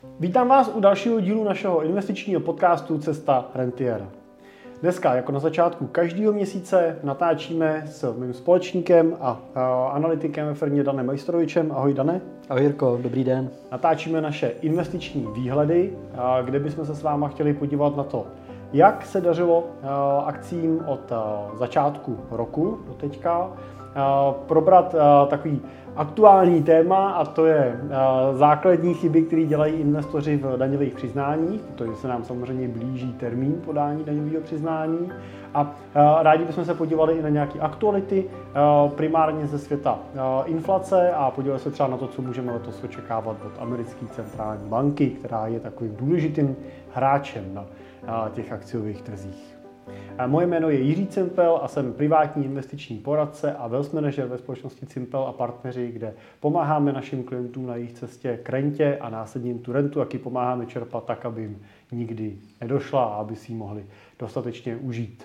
Vítám vás u dalšího dílu našeho investičního podcastu Cesta rentiera. Dneska, jako na začátku každého měsíce, natáčíme s mým společníkem a analytikem ve firmě Danem Majstorovičem. Ahoj, Dane. Ahoj, Jirko, dobrý den. Natáčíme naše investiční výhledy, kde bychom se s váma chtěli podívat na to, jak se dařilo akcím od začátku roku do teďka, probrat takový aktuální téma, a to je základní chyby, které dělají investoři v daňových přiznáních, protože se nám samozřejmě blíží termín podání daňového přiznání. A rádi bychom se podívali i na nějaké aktuality, primárně ze světa inflace, a podívali se třeba na to, co můžeme letos očekávat od americké centrální banky, která je takovým důležitým hráčem na těch akciových trzích. Moje jméno je Jiří Cimpel a jsem privátní investiční poradce a wealth manager ve společnosti Cimpel a partneři, kde pomáháme našim klientům na jejich cestě k rentě a následně jim tu rentu taky pomáháme čerpat tak, aby jim nikdy nedošla a aby si ji mohli dostatečně užít.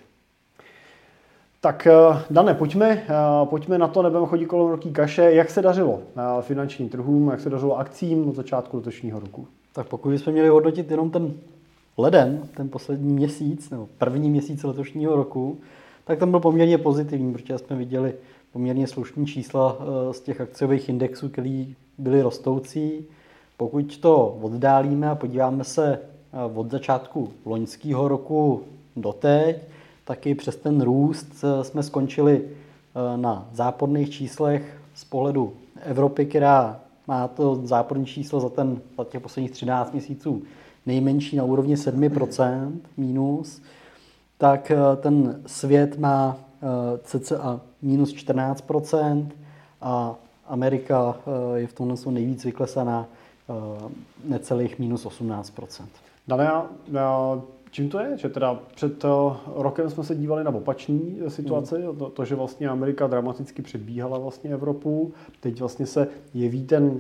Tak Dane, pojďme na to, nebudeme chodit kolem horký kaše. Jak se dařilo finančním trhům, jak se dařilo akcím od začátku letošního roku? Tak pokud bychom měli hodnotit jenom ten leden, ten poslední měsíc, nebo první měsíc letošního roku, tak tam byl poměrně pozitivní, protože jsme viděli poměrně slušný čísla z těch akciových indexů, které byly rostoucí. Pokud to oddálíme a podíváme se od začátku loňského roku doteď, tak i přes ten růst jsme skončili na záporných číslech z pohledu Evropy, která má to záporné číslo za těch posledních 13 měsíců nejmenší na úrovni 7% minus, tak ten svět má cca minus 14% a Amerika je v tomhle nejvíc vyklesaná necelých minus 18%. Dane, čím to je? Že teda před rokem jsme se dívali na opačný situaci, to, že vlastně Amerika dramaticky předbíhala vlastně Evropu. Teď vlastně se jeví ten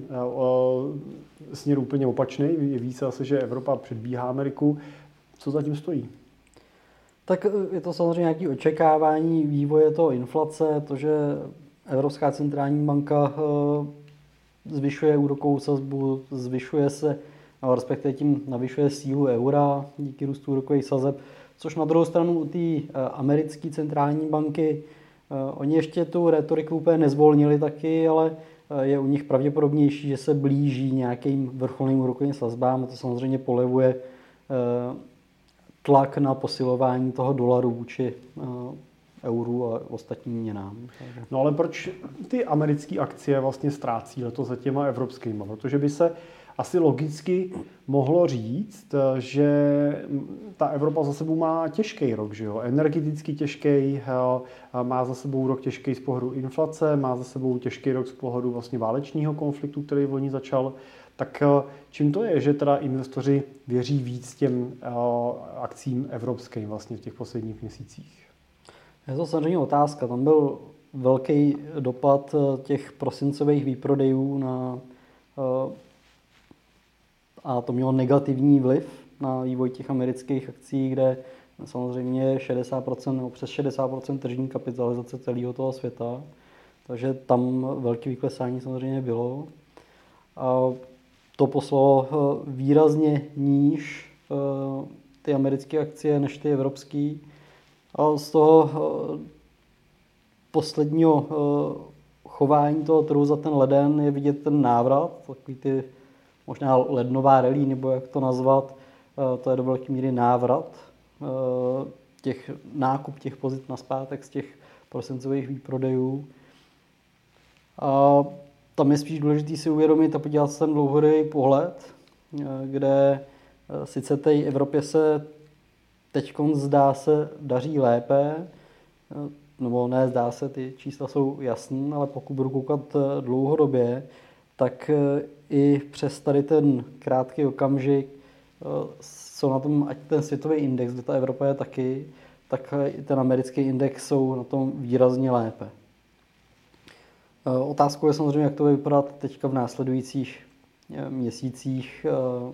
směr úplně opačný. Jeví se asi, že Evropa předbíhá Ameriku. Co za tím stojí? Tak je to samozřejmě nějaké očekávání vývoje toho inflace, to, že Evropská centrální banka zvyšuje úrokovou sazbu, zvyšuje se, respektive tím navyšuje sílu eura díky růstu úrokových sazeb, což na druhou stranu u té americké centrální banky, oni ještě tu retoriku úplně nezvolnili taky, ale je u nich pravděpodobnější, že se blíží nějakým vrcholným úrokovým sazbám, a to samozřejmě polevuje tlak na posilování toho dolaru vůči euru a ostatním měnám. No ale proč ty americké akcie vlastně ztrácí letos za těma evropskými? Protože by se asi logicky mohlo říct, že ta Evropa za sebou má těžký rok, že jo? Energeticky těžký, má za sebou rok těžký z pohledu inflace, má za sebou těžký rok z pohledu vlastně válečního konfliktu, který v loni začal. Tak čím to je, že teda investoři věří víc těm akcím evropským vlastně v těch posledních měsících? Je to samozřejmě otázka. Tam byl velký dopad těch prosincových výprodejů a to mělo negativní vliv na vývoj těch amerických akcí, kde samozřejmě 60% nebo přes 60% tržní kapitalizace celého toho světa. Takže tam velké vyklesání samozřejmě bylo. A to poslalo výrazně níž ty americké akcie než ty evropské. A z toho posledního chování toho trhu za ten leden je vidět ten návrat, takový ty možná lednová rally, nebo jak to nazvat, to je do velké míry návrat nákup těch pozit nazpátek z těch prosincových výprodejů. A tam je spíš důležité si uvědomit a podívat se ten dlouhodobý pohled, kde sice té Evropě se teďkon zdá se daří lépe, nebo ne zdá se, ty čísla jsou jasný, ale pokud budu koukat dlouhodobě, tak i přes tady ten krátký okamžik jsou na tom, ať ten světový index, kde ta Evropa je taky, tak i ten americký index jsou na tom výrazně lépe. Otázkou je samozřejmě, jak to bude vypadat teďka v následujících měsících,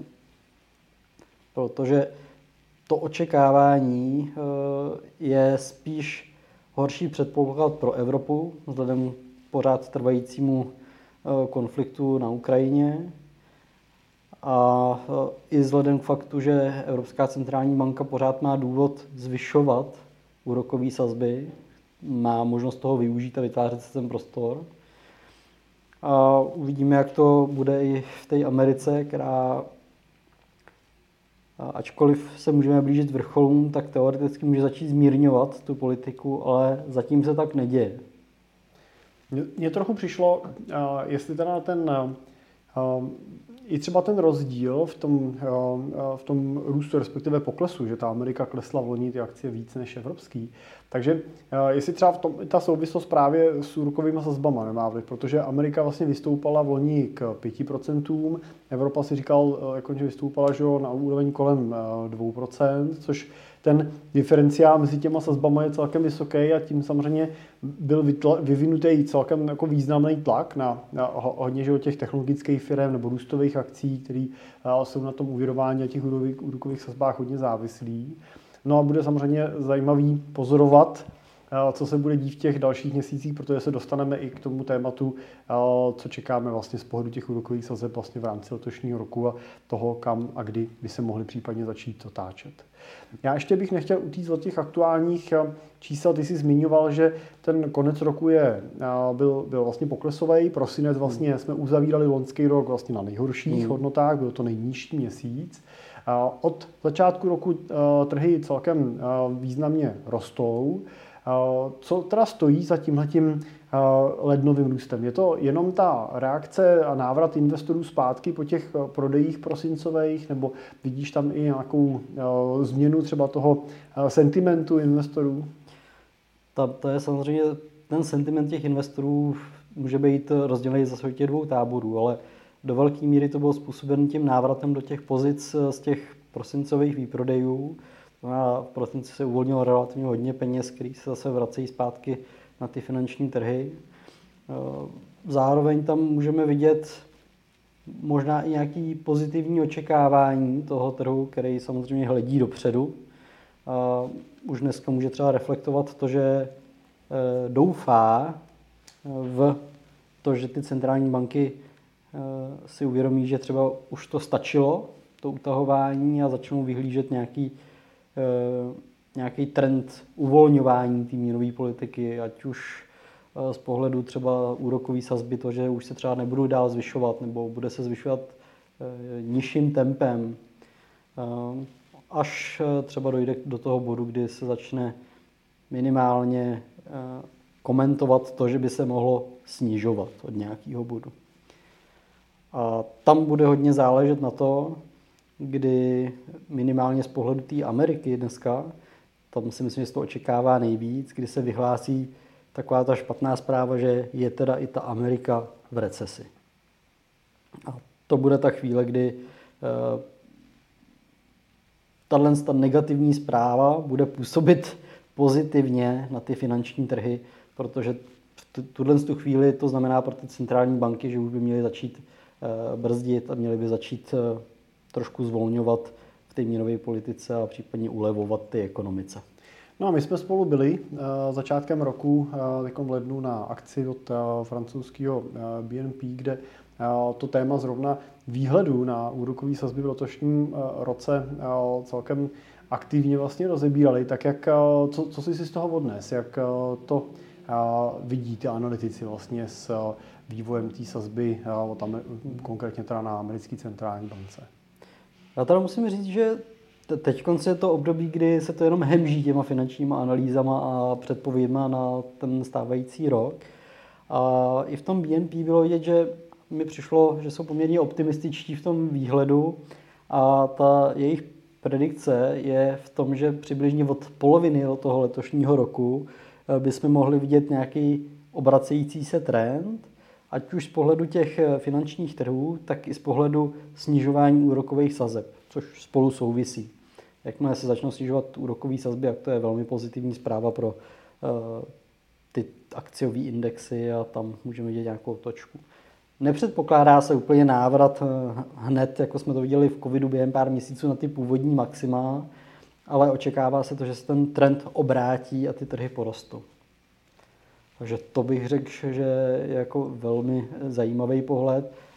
protože to očekávání je spíš horší předpoklad pro Evropu vzhledem k pořád trvajícímu konfliktu na Ukrajině A i vzhledem k faktu, že Evropská centrální banka pořád má důvod zvyšovat úrokové sazby, má možnost toho využít a vytvářet si ten prostor. A uvidíme, jak to bude i v té Americe, která, ačkoliv se můžeme blížit vrcholům, tak teoreticky může začít zmírňovat tu politiku, ale zatím se tak neděje. Mně trochu přišlo, jestli teda i třeba ten rozdíl v tom růstu, respektive poklesu, že ta Amerika klesla v loni ty akcie víc než evropský. Takže jestli třeba ta souvislost právě s úrokovými sazbama nemá vliv, protože Amerika vlastně vystoupala v loni k 5%, Evropa si říkal, že vystoupala že na úroveň kolem 2%, což ten diferenciál mezi těma sazbama je celkem vysoký a tím samozřejmě byl vyvinutý celkem jako významný tlak na hodně že těch technologických firm nebo růstových akcí, které jsou na tom úvěrování a těch úrokových sazbách hodně závislí. No a bude samozřejmě zajímavý pozorovat, co se bude dít v těch dalších měsících, protože se dostaneme i k tomu tématu, co čekáme vlastně z pohledu těch úrokových sazeb vlastně v rámci letošního roku a toho, kam a kdy by se mohli případně začít otáčet. Já ještě bych nechtěl utíct od těch aktuálních čísel. Ty jsi zmiňoval, že ten konec roku byl vlastně poklesový. Prosinec vlastně jsme uzavírali loňský rok vlastně na nejhorších hodnotách, byl to nejnižší měsíc. Od začátku roku trhy celkem významně rostou. Co teda stojí za tímhletím lednovým růstem? Je to jenom ta reakce a návrat investorů zpátky po těch prodejích prosincových, nebo vidíš tam i nějakou změnu třeba toho sentimentu investorů? To je samozřejmě, ten sentiment těch investorů může být rozdělený zase těch dvou táborů, ale do velké míry to bylo způsobeno tím návratem do těch pozic z těch prosincových výprodejů. A v prosinci se uvolnilo relativně hodně peněz, který se zase vracejí zpátky na ty finanční trhy. Zároveň tam můžeme vidět možná i nějaké pozitivní očekávání toho trhu, který samozřejmě hledí dopředu. Už dneska může třeba reflektovat to, že doufá v to, že ty centrální banky si uvědomí, že třeba už to stačilo, to utahování, a začnou vyhlížet nějaký trend uvolňování té měnové politiky, ať už z pohledu třeba úrokové sazby, to, že už se třeba nebudou dál zvyšovat, nebo bude se zvyšovat nižším tempem, až třeba dojde do toho bodu, kdy se začne minimálně komentovat to, že by se mohlo snižovat od nějakého bodu. A tam bude hodně záležet na to, kdy minimálně z pohledu té Ameriky dneska, tam si myslím, že se to očekává nejvíc, kdy se vyhlásí taková ta špatná zpráva, že je teda i ta Amerika v recesi. A to bude ta chvíle, kdy tato negativní zpráva bude působit pozitivně na ty finanční trhy, protože v tuhle chvíli to znamená pro ty centrální banky, že už by měly začít brzdit a měly by začít trošku zvolňovat v té měnové politice a případně ulevovat ty ekonomice. No a my jsme spolu byli začátkem roku, v lednu, na akci od francouzského BNP, kde to téma zrovna výhledu na úrokové sazby v letošním roce celkem aktivně vlastně rozebírali. Tak co jsi si z toho odnes? Jak to vidí ty analytici vlastně s vývojem té sazby, konkrétně teda na americké centrální bance? Já teda musím říct, že teď je to období, kdy se to jenom hemží těma finančníma analýzama a předpovědma na ten stávající rok. A i v tom BNP bylo vidět, že mi přišlo, že jsou poměrně optimističtí v tom výhledu a ta jejich predikce je v tom, že přibližně od poloviny toho letošního roku bychom mohli vidět nějaký obracející se trend, ať už z pohledu těch finančních trhů, tak i z pohledu snižování úrokových sazeb, což spolu souvisí. Jakmile se začnou snižovat úrokové sazby, jak to je velmi pozitivní zpráva pro ty akciové indexy a tam můžeme vidět nějakou točku. Nepředpokládá se úplně návrat hned, jako jsme to viděli v covidu během pár měsíců, na ty původní maxima, ale očekává se to, že se ten trend obrátí a ty trhy porostou. Takže to bych řekl, že je jako velmi zajímavý pohled.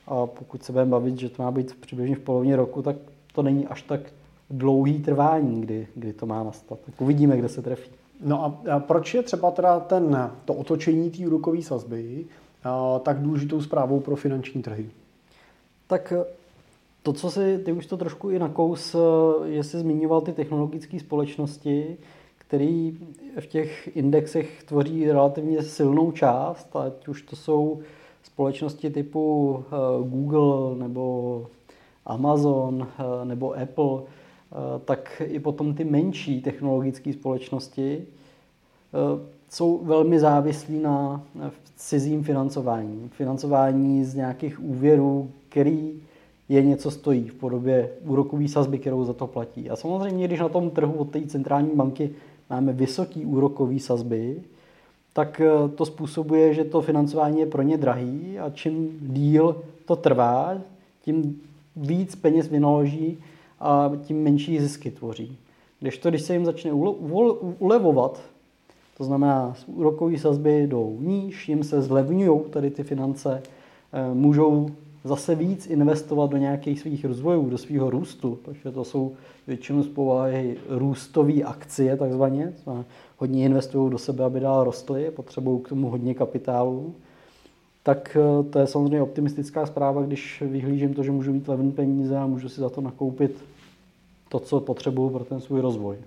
a pokud se budeme bavit, že to má být přibližně v polovině roku, tak to není až tak dlouhý trvání, kdy to má nastat. Tak uvidíme, kde se trefí. No a proč je třeba teda to otočení té úrokové sazby tak důležitou zprávou pro finanční trhy? Tak to, co ty už to trošku i nakous, jestli zmiňoval ty technologické společnosti, které v těch indexech tvoří relativně silnou část, ať už to jsou společnosti typu Google nebo Amazon nebo Apple, tak i potom ty menší technologické společnosti jsou velmi závislí na cizím financování. Financování z nějakých úvěrů, který je něco stojí v podobě úrokové sazby, kterou za to platí. A samozřejmě, když na tom trhu od té centrální banky máme vysoké úrokové sazby, tak to způsobuje, že to financování je pro ně drahý a čím díl to trvá, tím víc peněz vynaloží a tím menší zisky tvoří. Když se jim začne ulevovat, to znamená, z úrokové sazby jdou níž, jim se zlevňují tady ty finance, můžou zase víc investovat do nějakých svých rozvojů, do svého růstu, protože to jsou většinou z povahy růstové akcie takzvaně. Hodně investují do sebe, aby dál rostly, potřebují k tomu hodně kapitálu. Tak to je samozřejmě optimistická zpráva, když vyhlížím to, že můžu mít levné peníze a můžu si za to nakoupit to, co potřebuju pro ten svůj rozvoj.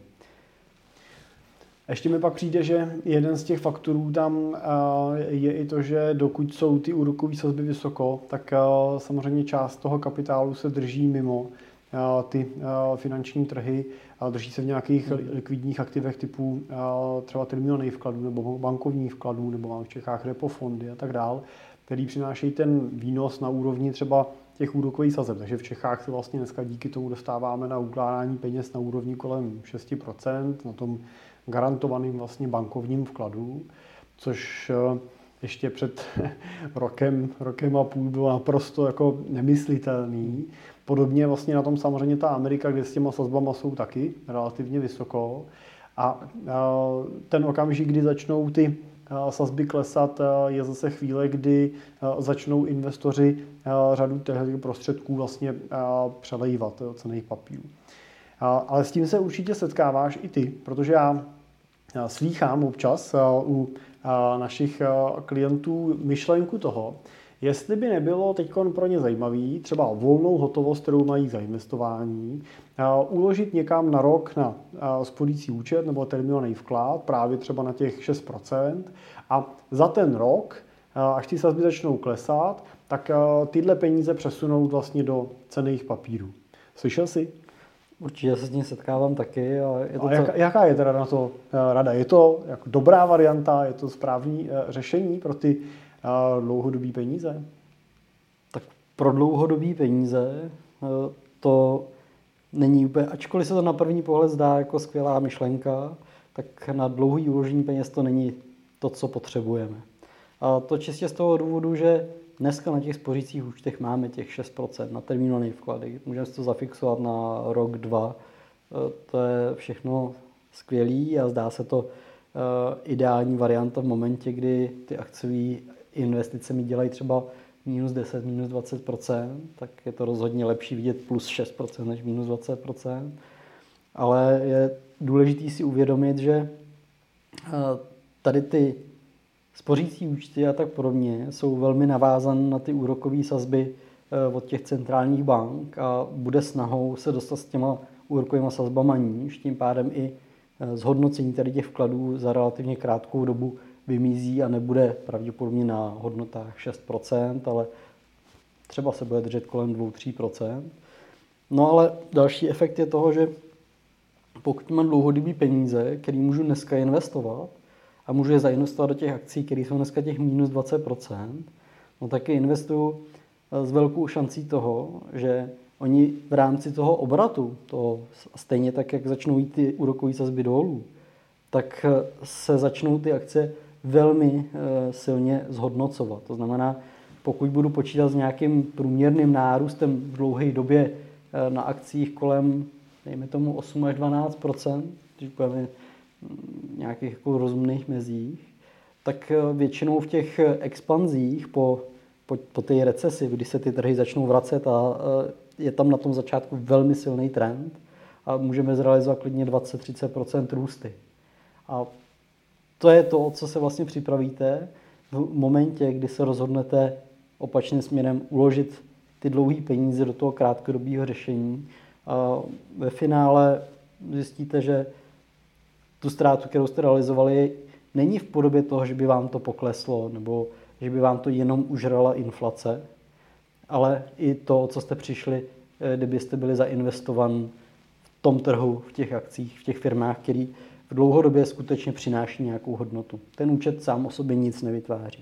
Ještě mi pak přijde, že jeden z těch faktorů tam je i to, že dokud jsou ty úrokové sazby vysoko, tak samozřejmě část toho kapitálu se drží mimo ty finanční trhy, drží se v nějakých likvidních aktivech typu třeba termínových vkladů nebo bankovních vkladů, nebo máme v Čechách repo fondy a tak dál, který přinášejí ten výnos na úrovni třeba těch úrokových sazeb. Takže v Čechách se vlastně dneska díky tomu dostáváme na ukládání peněz na úrovni kolem 6%, na tom garantovaným vlastně bankovním vkladu, což ještě před rokem a půl bylo naprosto jako nemyslitelný. Podobně vlastně na tom samozřejmě ta Amerika, kde s těma sazbama jsou taky relativně vysoko. A ten okamžik, kdy začnou ty sazby klesat, je zase chvíle, kdy začnou investoři řadu těch prostředků vlastně přelejvat cenných papírů. Ale s tím se určitě setkáváš i ty, protože já slýchám občas u našich klientů myšlenku toho, jestli by nebylo teď pro ně zajímavý třeba volnou hotovost, kterou mají za investování, uložit někam na rok na spořící účet nebo termínovaný vklad, právě třeba na těch 6%, a za ten rok, až ty sazby začnou klesat, tak tyhle peníze přesunou vlastně do cenných papírů. Slyšel jsi? Určitě se s tím setkávám taky. A jaká je teda na to rada? Je to jako dobrá varianta, je to správný řešení pro ty dlouhodobé peníze? Tak pro dlouhodobé peníze to není úplně, ačkoliv se to na první pohled zdá jako skvělá myšlenka, tak na dlouhý uložení peněz to není to, co potřebujeme. A to čistě z toho důvodu, že dneska na těch spořících účtech máme těch 6% na termínované vklady. Můžeme si to zafixovat na rok, 2. To je všechno skvělý a zdá se to ideální varianta v momentě, kdy ty akciové investice mi dělají třeba minus 10, minus 20%, tak je to rozhodně lepší vidět plus 6% než minus 20%. Ale je důležité si uvědomit, že tady ty spořící účty a tak podobně jsou velmi navázané na ty úrokové sazby od těch centrálních bank a bude snahou se dostat s těma úrokovými sazbama níž, tím pádem i zhodnocení tady těch vkladů za relativně krátkou dobu vymizí a nebude pravděpodobně na hodnotách 6%, ale třeba se bude držet kolem 2-3%. No ale další efekt je toho, že pokud mám dlouhodobý peníze, který můžu dneska investovat, a můžu je zainvestovat do těch akcí, které jsou dneska těch minus 20%, no tak je investuju s velkou šancí toho, že oni v rámci toho obratu, stejně tak, jak začnou jít ty úrokové sazby dolů, tak se začnou ty akce velmi silně zhodnocovat. To znamená, pokud budu počítat s nějakým průměrným nárůstem v dlouhé době na akcích kolem, dejme tomu 8 až 12%, když budeme nějakých jako rozumných mezích, tak většinou v těch expanzích po po té recesi, kdy se ty trhy začnou vracet a je tam na tom začátku velmi silný trend a můžeme zrealizovat klidně 20-30% růsty. A to je to, o co se vlastně připravíte v momentě, kdy se rozhodnete opačným směrem uložit ty dlouhé peníze do toho krátkodobého řešení. A ve finále zjistíte, že tu ztrátu, kterou jste realizovali, není v podobě toho, že by vám to pokleslo nebo že by vám to jenom užrala inflace, ale i to, co jste přišli, kdybyste byli zainvestovan v tom trhu, v těch akcích, v těch firmách, který v dlouhodobě skutečně přináší nějakou hodnotu. Ten účet sám o sobě nic nevytváří.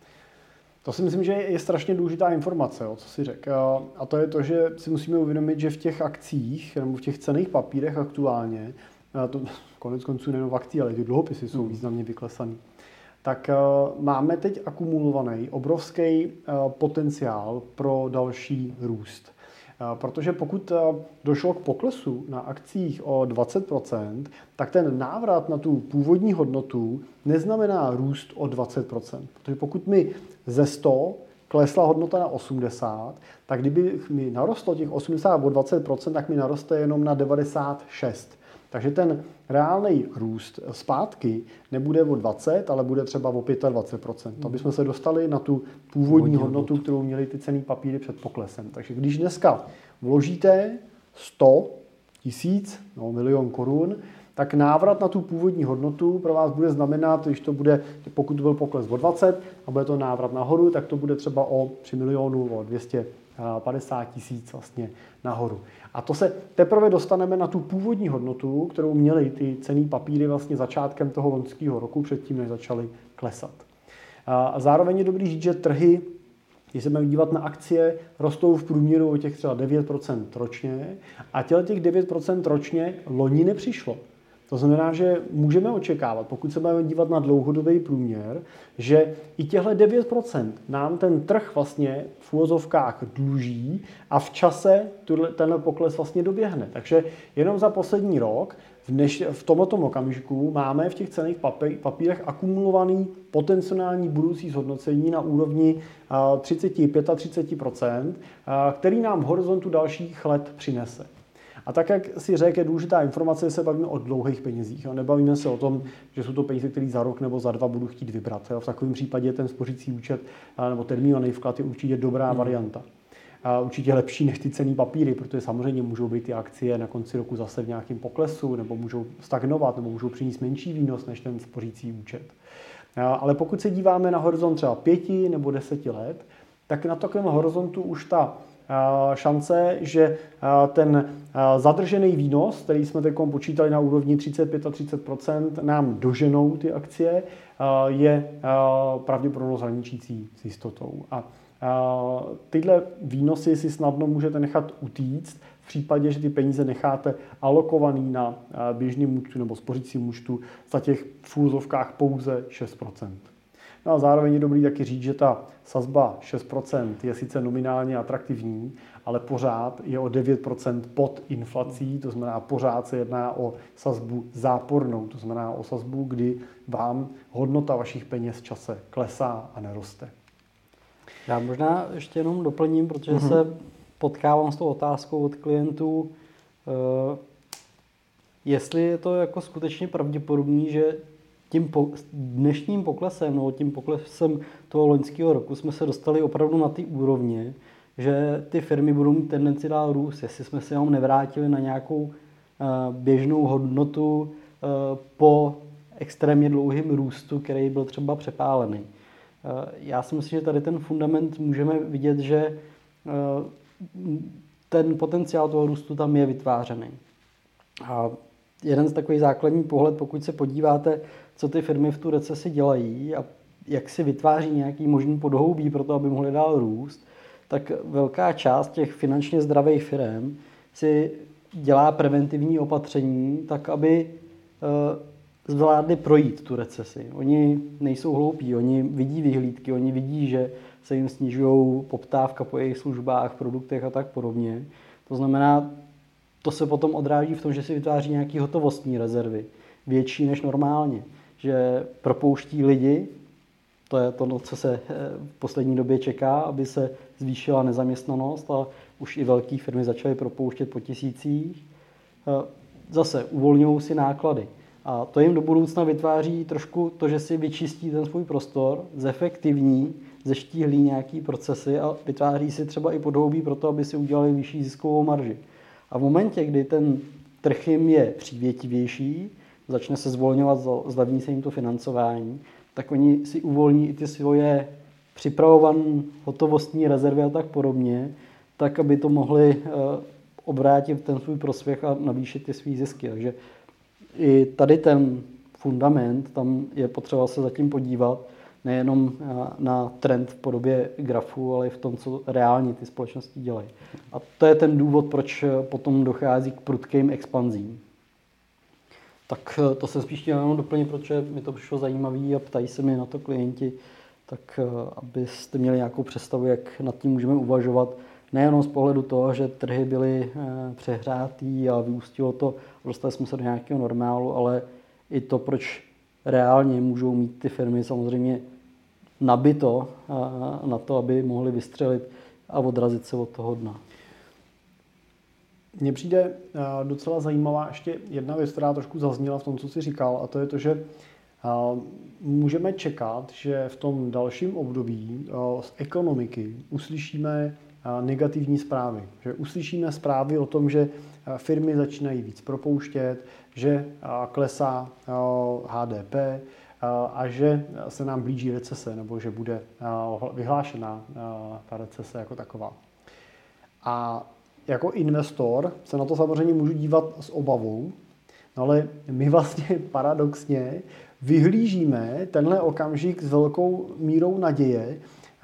To si myslím, že je strašně důležitá informace, co si řekl. A to je to, že si musíme uvědomit, že v těch akcích nebo v těch cenných papírech aktuálně, to konec konců nejen v akcích, ale ty dluhopisy jsou významně vyklesaný, tak máme teď akumulovaný obrovský potenciál pro další růst. Protože pokud došlo k poklesu na akcích o 20%, tak ten návrat na tu původní hodnotu neznamená růst o 20%. Protože pokud mi ze 100 klesla hodnota na 80, tak kdyby mi narostlo těch 80 o 20%, tak mi naroste jenom na 96. Takže ten reálný růst zpátky nebude o 20, ale bude třeba o 25%. Aby jsme se dostali na tu původní hodnotu, kterou měly ty cenné papíry před poklesem. Takže když dneska vložíte 100 tisíc, milion korun, tak návrat na tu původní hodnotu pro vás bude znamenat, když to bude, pokud byl pokles o 20 a bude to návrat nahoru, tak to bude třeba o 3 milionů, o 250 tisíc vlastně nahoru. A to se teprve dostaneme na tu původní hodnotu, kterou měly ty cenné papíry vlastně začátkem toho loňského roku, předtím, než začaly klesat. A zároveň je dobrý říct, že trhy, když se budeme dívat na akcie, rostou v průměru o těch třeba 9% ročně a těch 9% ročně loni nepřišlo. To znamená, že můžeme očekávat, pokud se budeme dívat na dlouhodobý průměr, že i těchto 9% nám ten trh vlastně v uvozovkách dluží a v čase tenhle pokles vlastně doběhne. Takže jenom za poslední rok v tomto okamžiku máme v těch cenných papírech akumulovaný potenciální budoucí zhodnocení na úrovni 30-35%, který nám v horizontu dalších let přinese. A tak, jak si řekl, je důležitá informace, že se bavíme o dlouhých penězích. Nebavíme se o tom, že jsou to peníze, které za rok nebo za 2 budu chtít vybrat. V takovém případě ten spořící účet nebo termínovaný vklad je určitě dobrá varianta. Určitě lepší než ty cenné papíry, protože samozřejmě můžou být ty akcie na konci roku zase v nějakém poklesu, nebo můžou stagnovat, nebo můžou přinést menší výnos než ten spořící účet. Ale pokud se díváme na horizont třeba 5 nebo 10 let, tak na takovém horizontu už ta šance, že ten zadržený výnos, který jsme teď počítali na úrovni 35 a 30%, nám doženou ty akcie, je pravděpodobnost hraničící s jistotou. A tyhle výnosy si snadno můžete nechat utíct v případě, že ty peníze necháte alokovaný na běžným účtu nebo spořícím účtu za těch v úzovkách pouze 6%. No a zároveň je dobrý taky říct, že ta sazba 6% je sice nominálně atraktivní, ale pořád je o 9% pod inflací, to znamená pořád se jedná o sazbu zápornou, to znamená o sazbu, kdy vám hodnota vašich peněz v čase klesá a neroste. Já možná ještě jenom doplním, protože se potkávám s tou otázkou od klientů, jestli je to jako skutečně pravděpodobný, že tím dnešním poklesem, nebo tím poklesem toho loňského roku jsme se dostali opravdu na ty úrovně, že ty firmy budou mít tendenci dál růst, jestli jsme se jenom nevrátili na nějakou běžnou hodnotu po extrémně dlouhém růstu, který byl třeba přepálený. Já si myslím, že tady ten fundament můžeme vidět, že ten potenciál toho růstu tam je vytvářený. A jeden z takových základních pohled, pokud se podíváte, co ty firmy v tu recesi dělají a jak si vytváří nějaký možný podhoubí pro to, aby mohly dál růst, tak velká část těch finančně zdravých firm si dělá preventivní opatření tak, aby zvládli projít tu recesi. Oni nejsou hloupí, oni vidí vyhlídky, oni vidí, že se jim snižují poptávka po jejich službách, produktech a tak podobně. To znamená, to se potom odráží v tom, že si vytváří nějaké hotovostní rezervy, větší než normálně, že propouští lidi To je to, co se v poslední době čeká, aby se zvýšila nezaměstnanost a už i velké firmy začaly propouštět po tisících. Zase uvolňují si náklady. A to jim do budoucna vytváří trošku to, že si vyčistí ten svůj prostor, zefektivní, zeštíhlí nějaký procesy a vytváří si třeba i podhoubí pro to, aby si udělali vyšší ziskovou marži. A v momentě, kdy ten trh jim je přívětivější, začne se zvolňovat, zlevní se jim to financování, tak oni si uvolní i ty svoje připravované hotovostní rezervy a tak podobně, tak, aby to mohli obrátit ten svůj prospěch a navýšit ty svý zisky. Takže i tady ten fundament, tam je potřeba se zatím podívat, nejenom na trend v podobě grafu, ale i v tom, co reálně ty společnosti dělají. A to je ten důvod, proč potom dochází k prudkým expanzím. Tak to jsem spíš chtěl jenom doplnit, protože mi to přišlo zajímavé a ptají se mi na to klienti, tak abyste měli nějakou představu, jak nad tím můžeme uvažovat. Nejenom z pohledu toho, že trhy byly přehrátý a vyústilo to, dostali jsme se do nějakého normálu, ale i to, proč reálně můžou mít ty firmy samozřejmě nabito na to, aby mohly vystřelit a odrazit se od toho dna. Mně přijde docela zajímavá ještě jedna věc, která trošku zazněla v tom, co jsi říkal, a to je to, že můžeme čekat, že v tom dalším období z ekonomiky uslyšíme negativní zprávy. Že uslyšíme zprávy o tom, že firmy začínají víc propouštět, že klesá HDP a že se nám blíží recese, nebo že bude vyhlášená ta recese jako taková. A jako investor se na to samozřejmě můžu dívat s obavou, ale my vlastně paradoxně vyhlížíme tenhle okamžik s velkou mírou naděje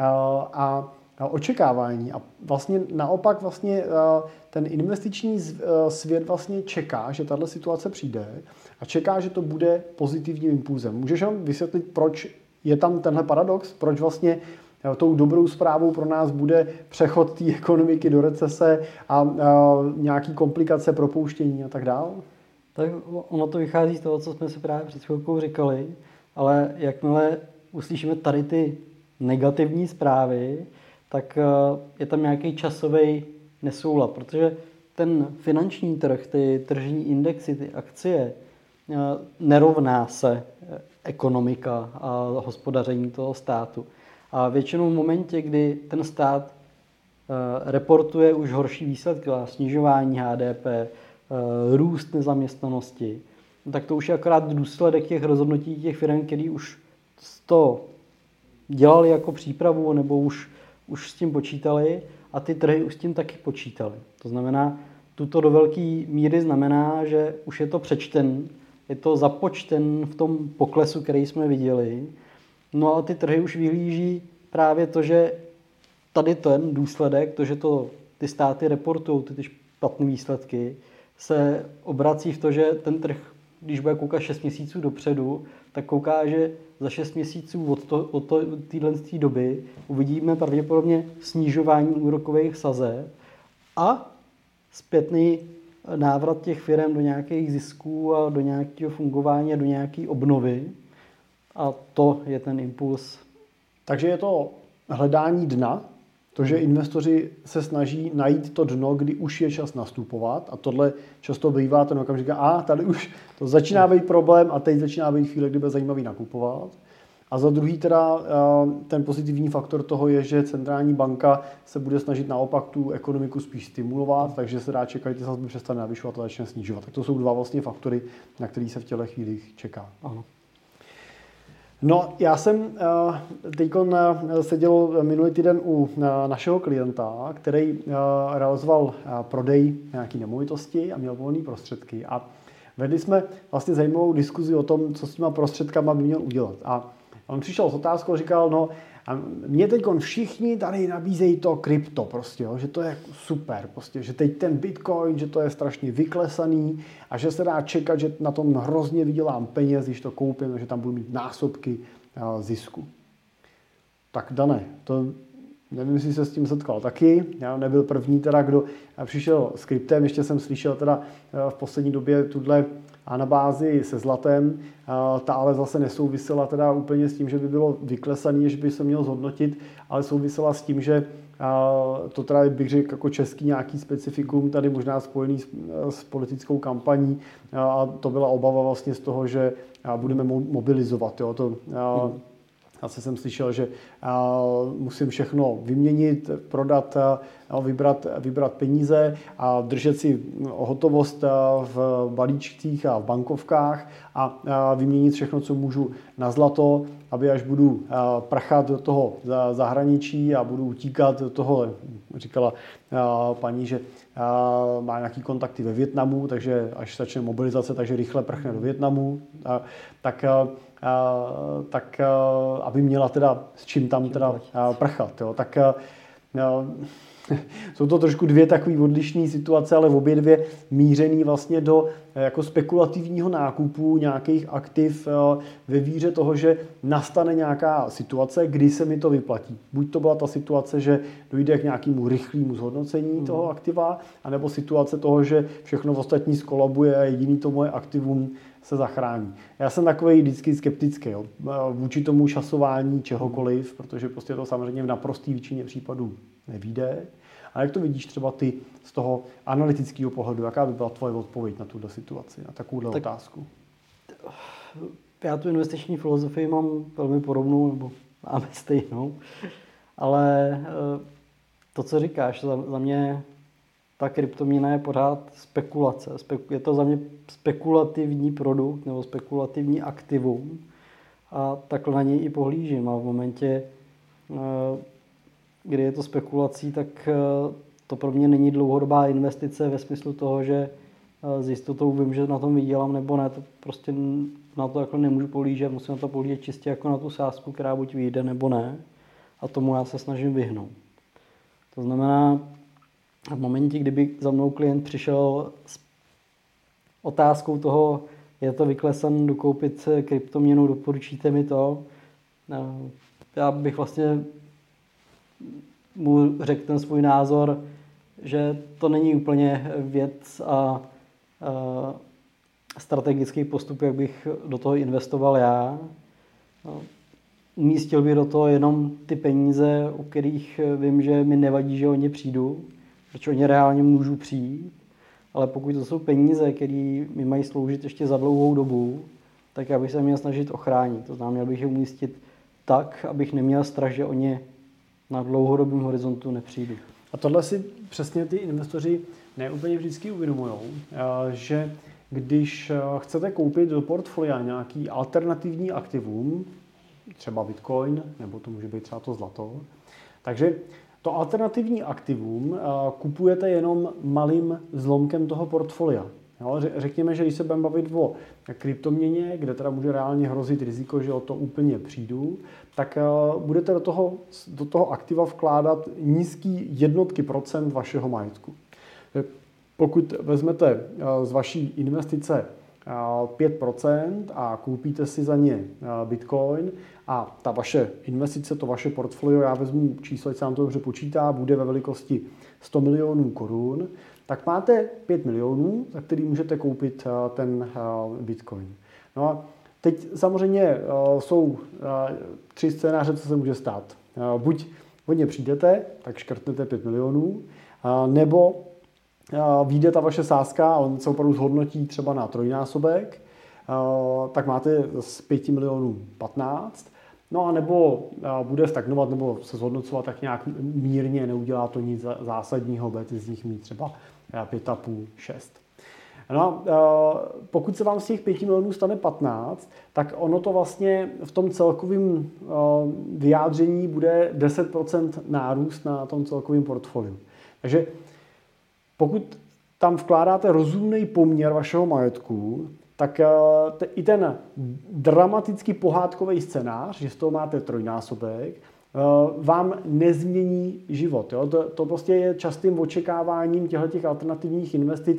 a očekávání. A vlastně naopak vlastně ten investiční svět vlastně čeká, že tahle situace přijde a čeká, že to bude pozitivním impulzem. Můžeš nám vysvětlit, proč je tam tenhle paradox? Proč vlastně tou dobrou zprávou pro nás bude přechod té ekonomiky do recese a nějaký komplikace, propouštění a tak dále? Tak ono to vychází z toho, co jsme si právě před chvilkou říkali, ale jakmile uslyšíme tady ty negativní zprávy, tak je tam nějaký časový nesoulad, protože ten finanční trh, ty tržní indexy, ty akcie, nerovná se ekonomika a hospodaření toho státu. A většinou v momentě, kdy ten stát reportuje už horší výsledky, snižování HDP, růst nezaměstnanosti, tak to už je akorát důsledek těch rozhodnutí těch firm, který už to dělali jako přípravu nebo už s tím počítali a ty trhy už s tím taky počítali. To znamená, tuto do velké míry znamená, že už je to přečten, je to započten v tom poklesu, který jsme viděli. No a ty trhy už vyhlíží právě to, že tady ten důsledek, to, že to ty státy reportují, ty špatné výsledky, se obrací v to, že ten trh, když bude koukat 6 měsíců dopředu, tak kouká, že za 6 měsíců od téhle doby uvidíme pravděpodobně snižování úrokových sazeb a zpětný návrat těch firm do nějakých zisků a do nějakého fungování a do nějaké obnovy. A to je ten impuls. Takže je to hledání dna, to, že investoři se snaží najít to dno, kdy už je čas nastupovat a tohle často bývá ten okamžik, tady už to začíná být problém a teď začíná být chvíle, kdy bude zajímavý nakupovat. A za druhý teda ten pozitivní faktor toho je, že centrální banka se bude snažit naopak tu ekonomiku spíš stimulovat, takže se dá čekat, že ty sazby přestane navyšovat a začne snižovat. Tak to jsou dva vlastně faktory, na který se v těchto chvílích čeká. Ano. No, já jsem teď seděl minulý týden u našeho klienta, který realizoval prodej nějaké nemovitosti a měl volné prostředky. A vedli jsme vlastně zajímavou diskuzi o tom, co s těma prostředkama by měl udělat. A on přišel s otázkou a říkal, no, a mě teď všichni tady nabízejí to krypto prostě, jo, že to je super, prostě, že teď ten Bitcoin, že to je strašně vyklesaný a že se dá čekat, že na tom hrozně vydělám peněz, když to koupím, že tam budu mít násobky zisku. Tak Dane, to nevím, jestli se s tím setkal taky. Já nebyl první teda, kdo přišel s kryptem. Ještě jsem slyšel teda v poslední době tuhle anabázi se zlatem. Ta ale zase nesouvisela teda úplně s tím, že by bylo vyklesaný, že by se měl zhodnotit, ale souvisela s tím, že to teda bych řekl jako český nějaký specifikum, tady možná spojený s politickou kampaní, a to byla obava vlastně z toho, že budeme mobilizovat. Jo? Asi jsem slyšel, že musím všechno vyměnit, prodat, vybrat peníze a držet si hotovost v balíčcích a v bankovkách a vyměnit všechno, co můžu, na zlato, aby až budu prchat do toho zahraničí a budu utíkat do toho, říkala paní, že má nějaký kontakty ve Vietnamu, takže až začne mobilizace, takže rychle prchne do Vietnamu, tak aby měla teda s čím tam teda prchat. Jo. Tak jsou to trošku dvě takové odlišné situace, ale obě dvě mířený vlastně do jako spekulativního nákupu nějakých aktiv ve víře toho, že nastane nějaká situace, kdy se mi to vyplatí. Buď to byla ta situace, že dojde k nějakému rychlému zhodnocení toho aktiva, anebo situace toho, že všechno ostatní skolabuje a jediný to moje aktivum se zachrání. Já jsem takový vždycky skeptický vůči tomu šasování čehokoliv, protože prostě to samozřejmě v naprosté většině případů nevyjde. A jak to vidíš třeba ty z toho analytického pohledu? Jaká by byla tvoje odpověď na tuto situaci, na takovouhle otázku? Já tu investiční filozofii mám velmi podobnou, nebo máme stejnou, ale to, co říkáš, za mě ta kryptoměna je pořád spekulace. Je to za mě spekulativní produkt nebo spekulativní aktivum a takhle na něj i pohlížím. A v momentě, kdy je to spekulací, tak to pro mě není dlouhodobá investice ve smyslu toho, že s jistotou vím, že na tom vydělám nebo ne. To prostě na to jako nemůžu pohlížet, musím na to pohlížet čistě jako na tu sázku, která buď vyjde nebo ne. A tomu já se snažím vyhnout. To znamená, v momentě, kdyby za mnou klient přišel s otázkou toho, je to vyklesan, dokoupit kryptoměnu, doporučíte mi to, já bych vlastně mu řekl ten svůj názor, že to není úplně věc a strategický postup, jak bych do toho investoval já. Umístil bych do toho jenom ty peníze, u kterých vím, že mi nevadí, že o ně přijdu, protože o ně reálně můžu přijít, ale pokud to jsou peníze, které mi mají sloužit ještě za dlouhou dobu, tak já bych se měl snažit ochránit. To znamená, měl bych je umístit tak, abych neměl strach, že o ně na dlouhodobém horizontu nepřijdu. A tohle si přesně ty investoři neúplně vždycky uvědomují, že když chcete koupit do portfolia nějaký alternativní aktivum, třeba Bitcoin, nebo to může být třeba to zlato, takže to alternativní aktivum kupujete jenom malým zlomkem toho portfolia. Jo, řekněme, že když se budeme bavit o kryptoměně, kde teda může reálně hrozit riziko, že o to úplně přijdu, tak budete do toho aktiva vkládat nízký jednotky procent vašeho majetku. Pokud vezmete z vaší investice 5% a koupíte si za ně Bitcoin a ta vaše investice, to vaše portfolio, já vezmu číslo, ať se nám to dobře počítá, bude ve velikosti 100 milionů korun, tak máte 5 milionů, za který můžete koupit ten Bitcoin. No a teď samozřejmě jsou 3 scénáře, co se může stát. Buď hodně přijdete, tak škrtnete 5 milionů, nebo vyjde ta vaše sázka a on se opravdu zhodnotí třeba na trojnásobek, tak máte z 5 milionů 15. No a nebo bude stagnovat nebo se zhodnocovat tak nějak mírně, neudělá to nic zásadního, budete z nich mít třeba 5,5, 6. No a pokud se vám z těch 5 milionů stane 15, tak ono to vlastně v tom celkovém vyjádření bude 10% nárůst na tom celkovém portfoliu. Takže pokud tam vkládáte rozumný poměr vašeho majetku, tak i ten dramaticky pohádkový scénář, že z toho máte trojnásobek, vám nezmění život. Jo? To prostě je častým očekáváním těchto alternativních investic,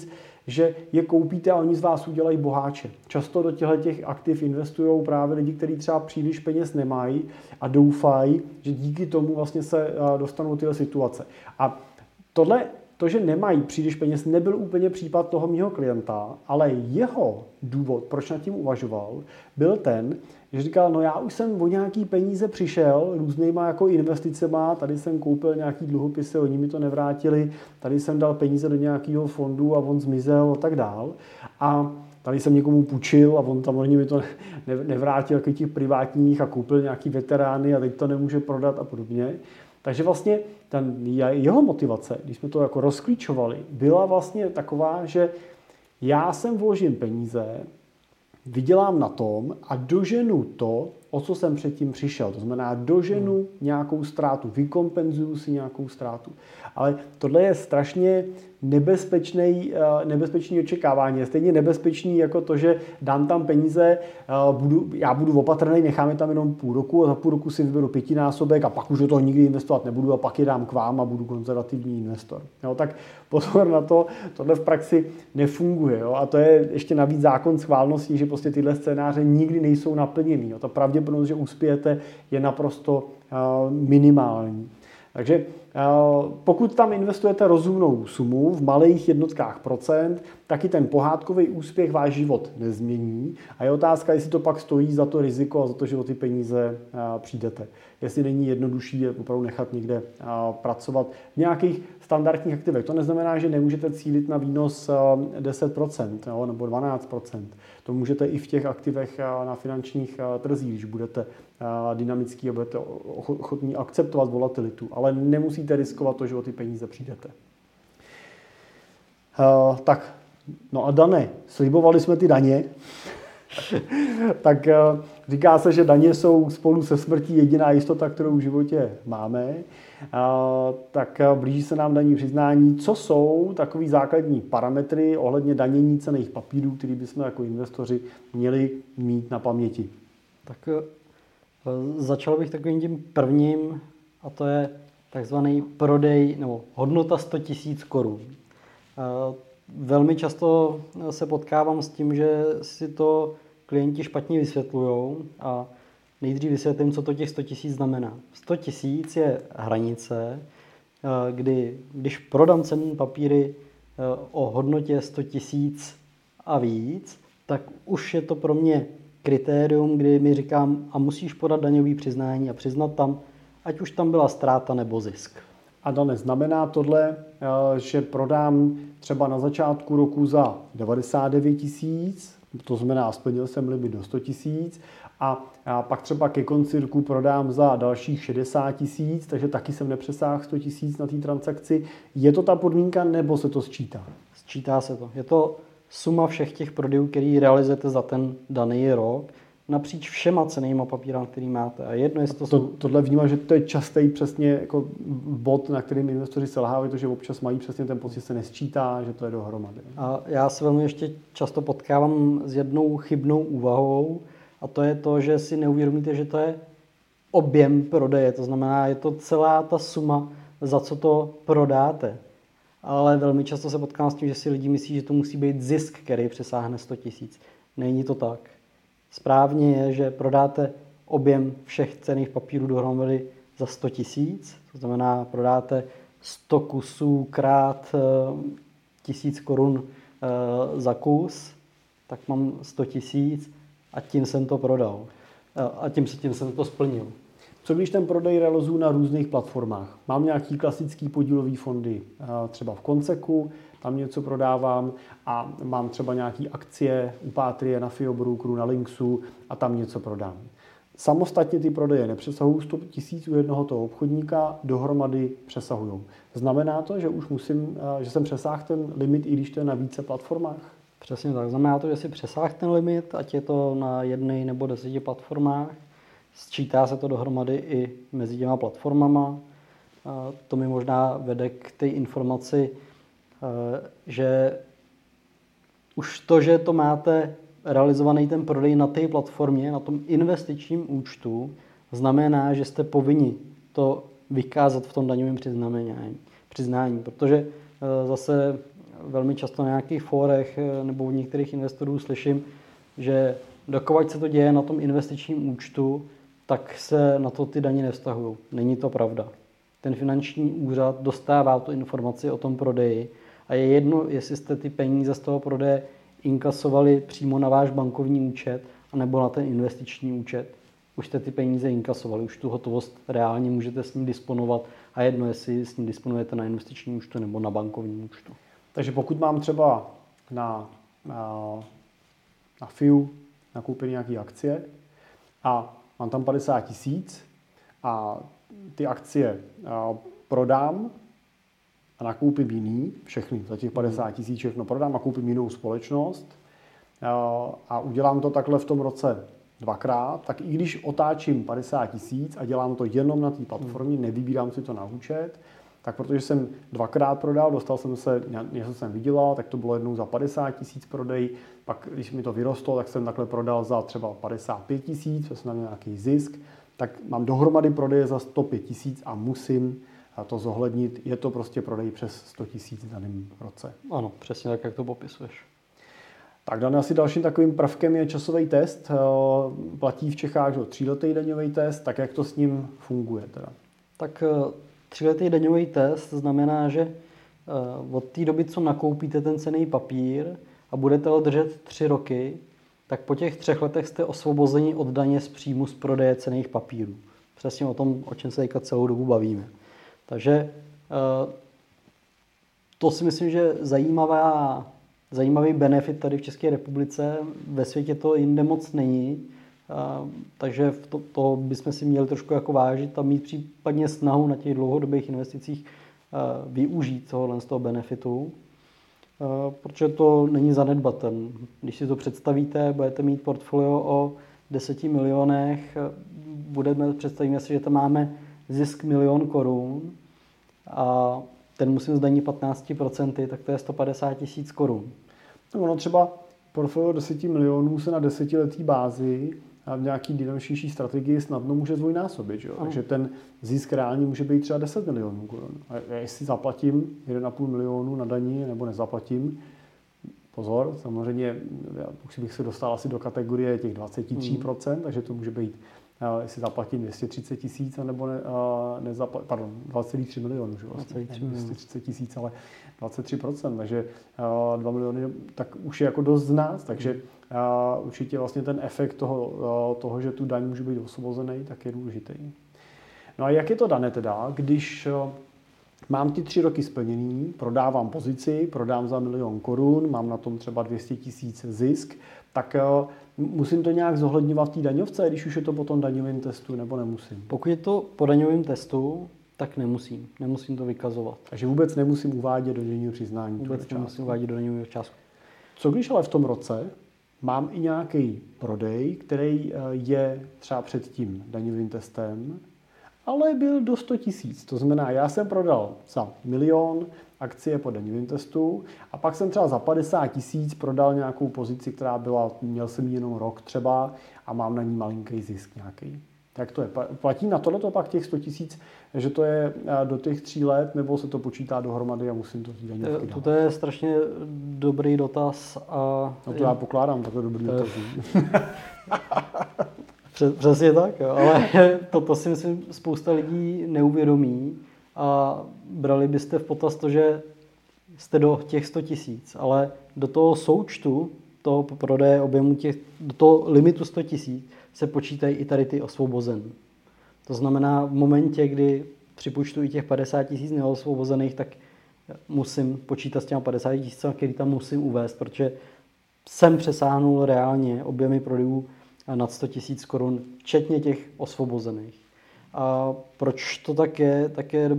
že je koupíte a oni z vás udělají boháče. Často do těch aktiv investují právě lidi, kteří třeba příliš peněz nemají a doufají, že díky tomu vlastně se dostanou tyhle situace. A to, že nemají příliš peněz, nebyl úplně případ toho mého klienta, ale jeho důvod, proč nad tím uvažoval, byl ten, že říkal, no já už jsem o nějaký peníze přišel různýma jako investicema, tady jsem koupil nějaký dluhopisy, oni mi to nevrátili, tady jsem dal peníze do nějakého fondu a on zmizel a tak dál. A tady jsem někomu půjčil a oni mi to nevrátil jako těch privátních a koupil nějaký veterány a teď to nemůže prodat a podobně. Takže vlastně jeho motivace, když jsme to jako rozklíčovali, byla vlastně taková, že já sem vložím peníze, vydělám na tom a doženu to, o co jsem předtím přišel. To znamená, doženu nějakou ztrátu, vykompenzuju si nějakou ztrátu. Ale tohle je strašně nebezpečné očekávání. Je stejně nebezpečný jako to, že dám tam peníze, já budu opatrný, necháme tam jenom půl roku a za půl roku si vyberu 5násobek a pak už do toho nikdy investovat nebudu a pak je dám k vám a budu konzervativní investor. Jo, tak pozor na to, tohle v praxi nefunguje. Jo? A to je ještě navíc zákon schválnosti, že prostě tyhle scénáře nikdy nejsou naplněný. Jo? Ta pravděpodobnost, že uspějete, je naprosto minimální. Takže pokud tam investujete rozumnou sumu v malých jednotkách procent, taky ten pohádkový úspěch váš život nezmění. A je otázka, jestli to pak stojí za to riziko a za to, že o ty peníze přijdete. Jestli není jednodušší je opravdu nechat někde pracovat v nějakých standardních aktivech. To neznamená, že nemůžete cílit na výnos 10% jo, nebo 12%. To můžete i v těch aktivech na finančních trzích, když budete dynamický a budete ochotní akceptovat volatilitu. Ale nemusíte riskovat to, že o ty peníze přijdete. Tak, no a Dane, slibovali jsme ty daně. Tak říká se, že daně jsou spolu se smrtí jediná jistota, kterou v životě máme. Tak blíží se nám daní přiznání. Co jsou takový základní parametry ohledně danění cenných papírů, který bychom jako investoři měli mít na paměti? Tak začal bych takovým tím prvním, a to je takzvaný prodej nebo hodnota 100 000 korun. Velmi často se potkávám s tím, že si to klienti špatně vysvětlují a nejdřív vysvětlím, co to těch 100 000 znamená. 100 000 je hranice, kdy když prodám cenné papíry o hodnotě 100 000 a víc, tak už je to pro mě kritérium, kdy mi říkám, a musíš podat daňový přiznání a přiznat tam, ať už tam byla ztráta nebo zisk. A to neznamená tohle, že prodám třeba na začátku roku za 99 000, to znamená, splnil jsem limit do 100 000 a pak třeba ke konci roku prodám za dalších 60 000, takže taky jsem nepřesáhl 100 000 na té transakci. Je to ta podmínka, nebo se to sčítá? Sčítá se to. Je to suma všech těch prodejů, který realizujete za ten daný rok, napříč všema cennýma papírama, který máte. A jedno, jestli tohle vnímám, že to je častý přesně jako bod, na kterým investoři selhávají, to, že občas mají přesně ten pocit, se nesčítá, že to je dohromady. A já se velmi ještě často potkávám s jednou chybnou úvahou, a to je to, že si neuvědomíte, že to je objem prodeje. To znamená, je to celá ta suma, za co to prodáte. Ale velmi často se potkám s tím, že si lidi myslí, že to musí být zisk, který přesáhne 100 000. Není to tak. Správně je, že prodáte objem všech cenných papírů dohromady za 100 000, to znamená, prodáte 100 kusů krát 1000 korun za kus, tak mám 100 000 a tím jsem to prodal. A tím jsem to splnil. Co když ten prodej realizuju na různých platformách? Mám nějaký klasický podílový fondy, třeba v Konceku, tam něco prodávám a mám třeba nějaké akcie u Patrie, na Fiobrokeru, na Linksu a tam něco prodám. Samostatně ty prodeje nepřesahují 100 000 u jednoho toho obchodníka, dohromady přesahují. Znamená to, že už že jsem přesáhl ten limit, i když to je na více platformách? Přesně tak. Znamená to, že si přesáhl ten limit, ať je to na 1 nebo 10 platformách. Sčítá se to dohromady i mezi těma platformama. To mi možná vede k té informaci, že už to, že to máte realizovaný ten prodej na té platformě, na tom investičním účtu, znamená, že jste povinni to vykázat v tom daňovém přiznání, protože zase velmi často na nějakých fórech nebo u některých investorů slyším, že dokud se to děje na tom investičním účtu, tak se na to ty daně nevztahují. Není to pravda. Ten finanční úřad dostává tu informaci o tom prodeji a je jedno, jestli jste ty peníze z toho prodeje inkasovali přímo na váš bankovní účet anebo na ten investiční účet. Už jste ty peníze inkasovali, už tu hotovost reálně můžete s ní disponovat a jedno, jestli s ní disponujete na investičním účtu nebo na bankovním účtu. Takže pokud mám třeba na FIU nakoupit nějaké akcie a mám tam 50 000 a ty akcie prodám a nakoupím jiný, všechny, za těch 50 000 všechno prodám a koupím jinou společnost a udělám to takhle v tom roce dvakrát, tak i když otáčím 50 000 a dělám to jenom na té platformě, nevybírám si to na účet, tak protože jsem dvakrát prodal, dostal jsem se, něco jsem vydělal, tak to bylo jednou za 50 000 prodej, pak když mi to vyrostlo, tak jsem takhle prodal za třeba 55 000, to jsem měl nějaký zisk, tak mám dohromady prodeje za 105 000 a musím to zohlednit. Je to prostě prodej přes 100 000 v daném roce. Ano, přesně tak, jak to popisuješ. Tak Dan, asi dalším takovým prvkem je časový test. Platí v Čechách 3letý daňový test, tak jak to s ním funguje teda? Tak 3letý daňový test znamená, že od té doby, co nakoupíte ten cenný papír a budete ho držet 3 roky, tak po těch 3 letech jste osvobozeni od daně z příjmu z prodeje cenných papírů. Přesně o tom, o čem se teďka celou dobu bavíme. Takže to si myslím, že zajímavý benefit tady v České republice. Ve světě to jinde moc není, takže to bychom si měli trošku jako vážit a mít případně snahu na těch dlouhodobých investicích využít tohohle z toho benefitu, protože to není zanedbatelné. Když si to představíte, budete mít portfolio o 10 milionech, představíme si, že tam máme zisk 1 000 000 korun a ten musím zdanit 15%, tak to je 150 000 korun. No, ono třeba portfolio 10 milionů se na 10letý bázi a v nějaký dynamičnější strategii snadno může zdvojnásobit. Takže ten zisk reálně může být třeba 10 milionů korun. A jestli zaplatím 1,5 milionu na daní nebo nezaplatím, pozor, samozřejmě, už bych se dostal asi do kategorie těch 23%, takže to může být, jestli zaplatím 230 000, nebo 2,3 milionů, že vlastně, 230 000, ale 23%, takže 2 miliony, tak už je jako dost z nás, takže určitě vlastně ten efekt toho, že tu daň může být osvobozený, tak je důležitý. No a jak je to dané teda, když mám ty 3 roky splněný, prodávám pozici, prodám za 1 000 000 korun, mám na tom třeba 200 000 zisk, tak musím to nějak zohledňovat v té daňovce, když už je to po tom daňovém testu, nebo nemusím? Pokud je to po daňovém testu, tak nemusím. Nemusím to vykazovat. Takže vůbec nemusím uvádět do daňového přiznání. Vůbec nemusím uvádět do daňového částku. Co když ale v tom roce mám i nějaký prodej, který je třeba před tím daňovým testem, ale byl do 100 000. To znamená, já jsem prodal za 1 milion akcie po daňovém testu a pak jsem třeba za 50 000 prodal nějakou pozici, která byla, měl jsem jenom rok třeba a mám na ní malinký zisk nějaký. Jak to je? Platí na tohleto pak těch 100 000, že to je do těch 3 let, nebo se to počítá dohromady a musím to daňovky dát? To je strašně dobrý dotaz. No to já pokládám takhle dobrý dotaz. Přesně tak, jo. Ale to si myslím spousta lidí neuvědomí a brali byste v potaz to, že jste do těch 100 000, ale do toho součtu, toho prodeje objemu do toho limitu 100 000 se počítají i tady ty osvobozen. To znamená, v momentě, kdy připočtu i těch 50 000 neosvobozených, tak musím počítat s těma 50 000, který tam musím uvést, protože jsem přesáhnul reálně objemy prodejů nad 100 000 korun, včetně těch osvobozených. A proč to tak je? Tak je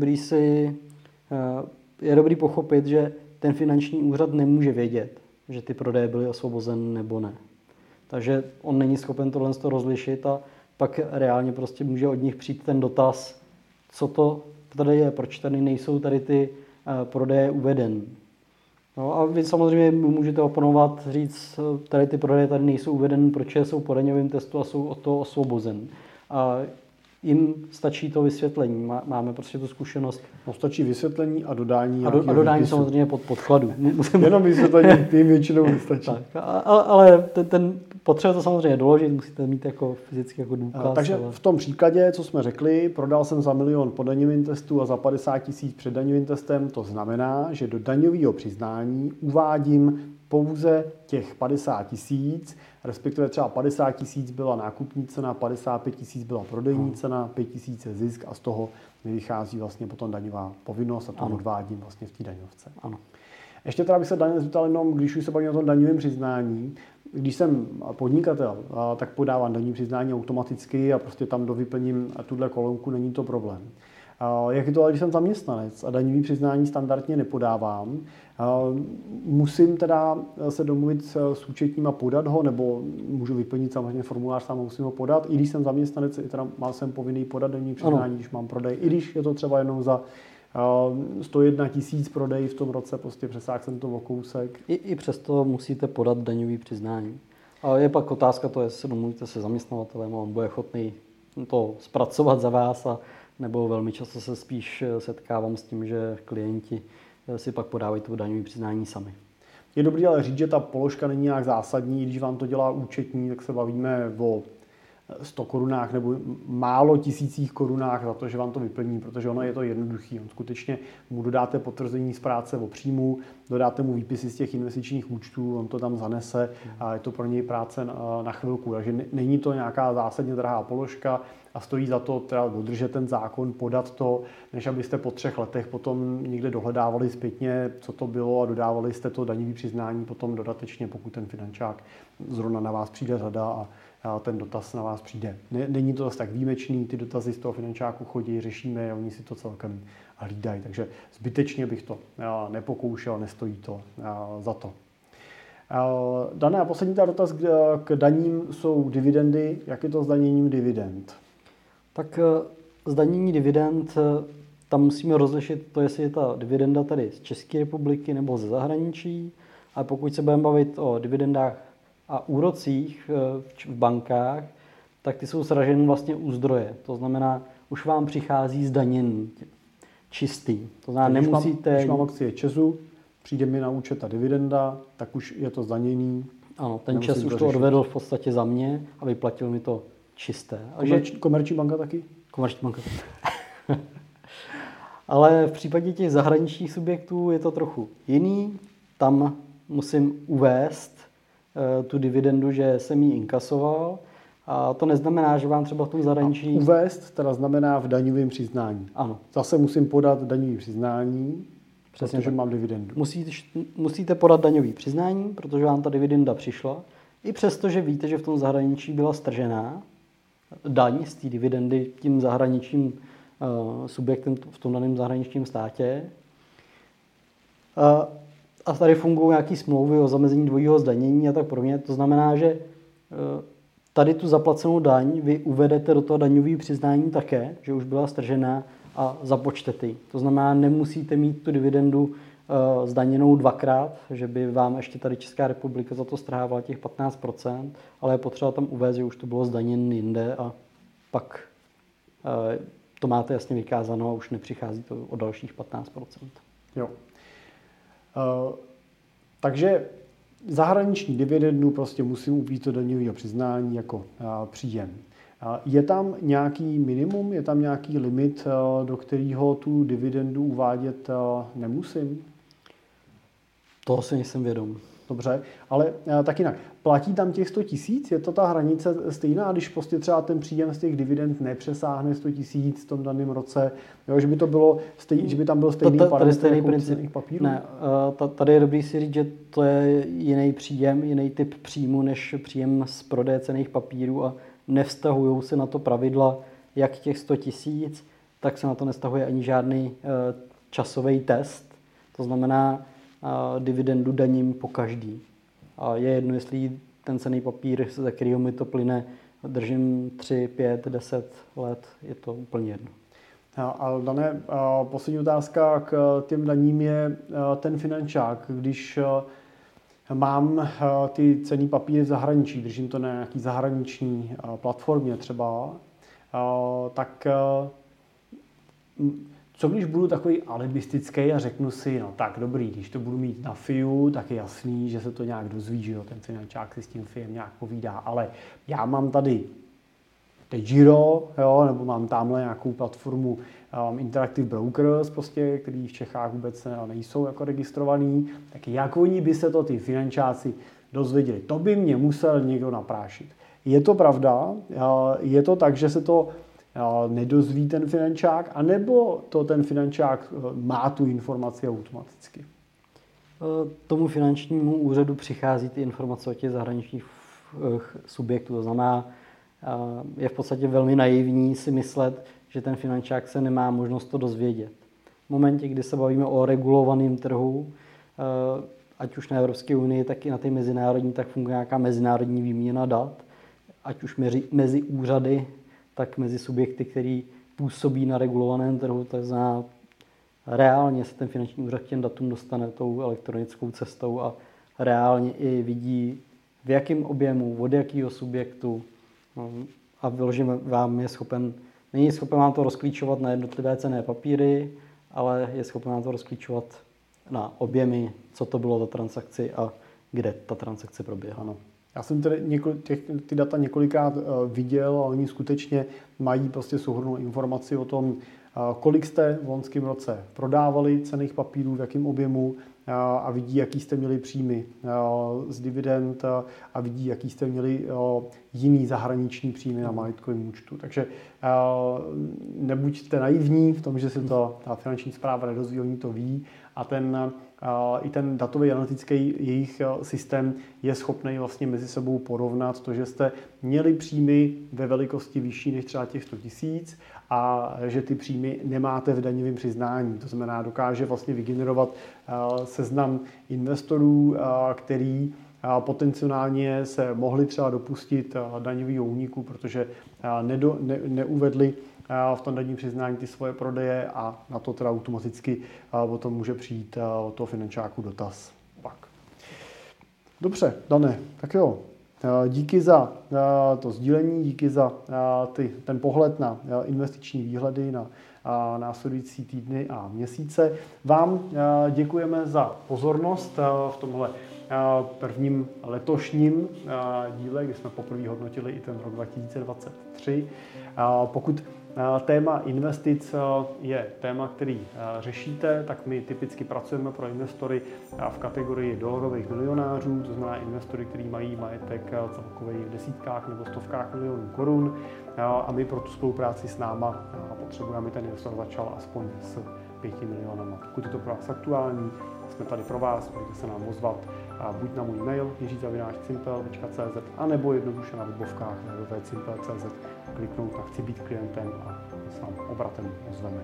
dobrý pochopit, že ten finanční úřad nemůže vědět, že ty prodeje byly osvobozeny nebo ne. Takže on není schopen tohle rozlišit a pak reálně prostě může od nich přijít ten dotaz, co to tady je, proč tady nejsou tady ty prodeje uvedeny. No a vy samozřejmě můžete oponovat, říct, tady ty prodeje tady nejsou uvedeny, proč jsou po daňovém testu a jsou od toho osvobozen. A jim stačí to vysvětlení. Máme prostě tu zkušenost. No, stačí vysvětlení a dodání. A dodání samozřejmě podkladu. Jenom vysvětlení tím většinou nestačí. Tak, ale ten potřeba to samozřejmě doložit, musíte mít jako fyzicky jako důkaz. Takže v tom příkladě, co jsme řekli, prodal jsem za 1 000 000 po daňovém testu a za 50 000 před daňovým testem. To znamená, že do daňového přiznání uvádím pouze těch 50 000, respektive třeba 50 000 byla nákupní cena, 55 000 byla prodejní cena, 5 000 je zisk a z toho mi vychází vlastně potom daňová povinnost a to odvádím vlastně v té daňovce. Ano. Ještě teda bych se daně zeptal jenom, když už se bavíme o tom daňovém přiznání, když jsem podnikatel, tak podávám daňové přiznání automaticky a prostě tam dovyplním tuhle kolonku, není to problém. Jak je to, když jsem zaměstnanec a daňové přiznání standardně nepodávám, musím teda se domluvit s účetním a podat ho, nebo můžu vyplnit samozřejmě formulář sám a musím ho podat, i když jsem zaměstnanec, teda jsem povinný podat daňové přiznání, když mám prodej, i když je to třeba jenom za 101 000 prodej v tom roce, prostě přesáhl jsem to o kousek. I přesto musíte podat daňové přiznání. A je pak otázka to, jestli se domluvíte se zaměstnavatelem a on bude ochotný to zpracovat za vás, nebo velmi často se spíš setkávám s tím, že klienti si pak podávají to daňové přiznání sami. Je dobrý ale říct, že ta položka není nějak zásadní, když vám to dělá účetní, tak se bavíme o 100 korunách nebo málo tisících korunách za to, že vám to vyplní, protože ono je to jednoduchý. On skutečně mu dodáte potvrzení z práce o příjmu, dodáte mu výpisy z těch investičních účtů, on to tam zanese a je to pro něj práce na chvilku. Takže není to nějaká zásadně drahá položka a stojí za to teda dodržet ten zákon, podat to, než abyste po 3 letech potom někde dohledávali zpětně, co to bylo a dodávali jste to daňové přiznání potom dodatečně, pokud ten finančák zrovna na vás přijde řada a ten dotaz na vás přijde. Není to zase tak výjimečný, ty dotazy z toho finančáku chodí, řešíme a oni si to celkem hlídají. Takže zbytečně bych to nepokoušel, nestojí to za to. Dané a poslední dotaz k daním jsou dividendy. Jak je to s daněním dividend? Tak zdanění dividend, tam musíme rozlišit to, jestli je ta dividenda tady z České republiky nebo ze zahraničí. A pokud se budeme bavit o dividendách a úrocích v bankách, tak ty jsou sraženy vlastně u zdroje. To znamená, už vám přichází zdanění čistý. To znamená, nemusíte... Když mám akcie ČEZu, přijde mi na účet ta dividenda, tak už je to zdanění. Ano, ten ČEZ už to odvedl v podstatě za mě a vyplatil mi to čisté. Komerční banka taky? Komerční banka taky. Ale v případě těch zahraničních subjektů je to trochu jiný. Tam musím uvést tu dividendu, že jsem ji inkasoval. A to neznamená, že vám třeba v tom zahraničí... A uvést teda znamená v daňovém přiznání. Ano. Zase musím podat daňové přiznání, přesně protože mám dividendu. Musíte podat daňové přiznání, protože vám ta dividenda přišla. I přesto, že víte, že v tom zahraničí byla stržená daň z té dividendy tím zahraničním subjektem v tom daném zahraničním státě. A tady fungují nějaké smlouvy o zamezení dvojího zdanění a tak podobně. To znamená, že tady tu zaplacenou daň vy uvedete do toho daňového přiznání také, že už byla stržená a započtete ji. To znamená, nemusíte mít tu dividendu zdaněnou dvakrát, že by vám ještě tady Česká republika za to strhávala těch 15%, ale je potřeba tam uvést, že už to bylo zdaněné jinde a pak to máte jasně vykázáno a už nepřichází to o dalších 15%. Jo. Takže zahraniční dividendu prostě musím upít do daňového přiznání jako příjem. Je tam nějaký minimum, je tam nějaký limit, do kterého tu dividendu uvádět nemusím? Toho si nejsem vědom. Dobře, ale tak jinak. Platí tam těch 100 000? Je to ta hranice stejná, když prostě třeba ten příjem z těch dividend nepřesáhne 100 000 v tom daném roce? Jo, že by to bylo že by tam byl stejný parametr jako cenných papírů? Ne, tady je dobrý si říct, že to je jiný příjem, jiný typ příjmu než příjem z prodeje cenných papírů a nevztahují se na to pravidla jak těch 100 000, tak se na to nevztahuje ani žádný časový test. To znamená, dividendu daním po každý. A je jedno, jestli ten cenný papír, ze kterého mi to plyne, držím 3, 5, 10 let, je to úplně jedno. A Dané, poslední otázka k těm daním je ten finančák. Když mám ty cenný papíry v zahraničí, držím to na nějaký zahraniční platformě třeba, tak co když budu takový alibistický a řeknu si, no tak dobrý, když to budu mít na FIU, tak je jasný, že se to nějak dozví, že jo, ten finančák si s tím FIem nějak povídá, ale já mám tady DeGiro, jo, nebo mám tamhle nějakou platformu Interactive Brokers, prostě, který v Čechách vůbec nejsou jako registrovaný, tak jak oni by se to ty finančáci dozvěděli? To by mě musel někdo naprášit. Je to pravda? Je to tak, že se to nedozví ten finančák, anebo to ten finančák má tu informaci automaticky? Tomu finančnímu úřadu přichází ty informace o těch zahraničních subjektů. To znamená, je v podstatě velmi naivní si myslet, že ten finančák se nemá možnost to dozvědět. V momentě, kdy se bavíme o regulovaném trhu, ať už na Evropské unii, tak i na té mezinárodní, tak funguje nějaká mezinárodní výměna dat, ať už mezi úřady, tak mezi subjekty, který působí na regulovaném trhu, tak znamená, reálně se ten finanční úřad k těm datům dostane tou elektronickou cestou a reálně i vidí, v jakém objemu, od jakého subjektu a vyložím vám není schopen vám to rozklíčovat na jednotlivé cenné papíry, ale je schopen vám to rozklíčovat na objemy, co to bylo za transakci a kde ta transakce proběhla. Ano. Já jsem tedy ty data několikrát viděl a oni skutečně mají prostě souhrnnou informaci o tom, kolik jste v loňském roce prodávali cenných papírů, v jakém objemu a vidí, jaký jste měli příjmy z dividend a vidí, jaký jste měli jiný zahraniční příjmy na majetkovém účtu. Takže nebuďte naivní v tom, že si to ta finanční správa nedozví, oni to ví a i ten datový analytický jejich systém je schopný vlastně mezi sebou porovnat to, že jste měli příjmy ve velikosti vyšší než třeba těch 100 000 a že ty příjmy nemáte v daňovém přiznání. To znamená, dokáže vlastně vygenerovat seznam investorů, který potenciálně se mohli třeba dopustit daňového úniku, protože neuvedli v tom daňovém přiznání ty svoje prodeje a na to teda automaticky potom může přijít od toho finančáku dotaz. Pak. Dobře, Dane, tak jo. Díky za to sdílení, díky za ten pohled na investiční výhledy na následující týdny a měsíce. Vám děkujeme za pozornost v tomhle prvním letošním díle, kdy jsme poprvé hodnotili i ten rok 2023. Pokud téma investic je téma, který řešíte, tak my typicky pracujeme pro investory v kategorii dolarových milionářů, to znamená investory, kteří mají majetek celkový v desítkách nebo stovkách milionů korun a my pro tu spolupráci s náma potřebujeme, aby ten investor začal aspoň s 5 milionama. Pokud je to pro vás aktuální, jsme tady pro vás, můžete se nám ozvat buď na můj mail jiří@cimpel.cz anebo jednoduše na webovkách www.cimpel.cz kliknout na chci být klientem a s vám obratem ozveme.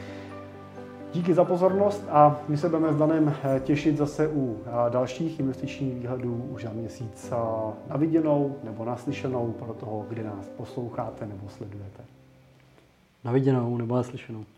Díky za pozornost a my se budeme s Danem těšit zase u dalších investičních výhledů už za měsíc na viděnou nebo naslyšenou pro toho, kde nás posloucháte nebo sledujete. Na viděnou nebo naslyšenou.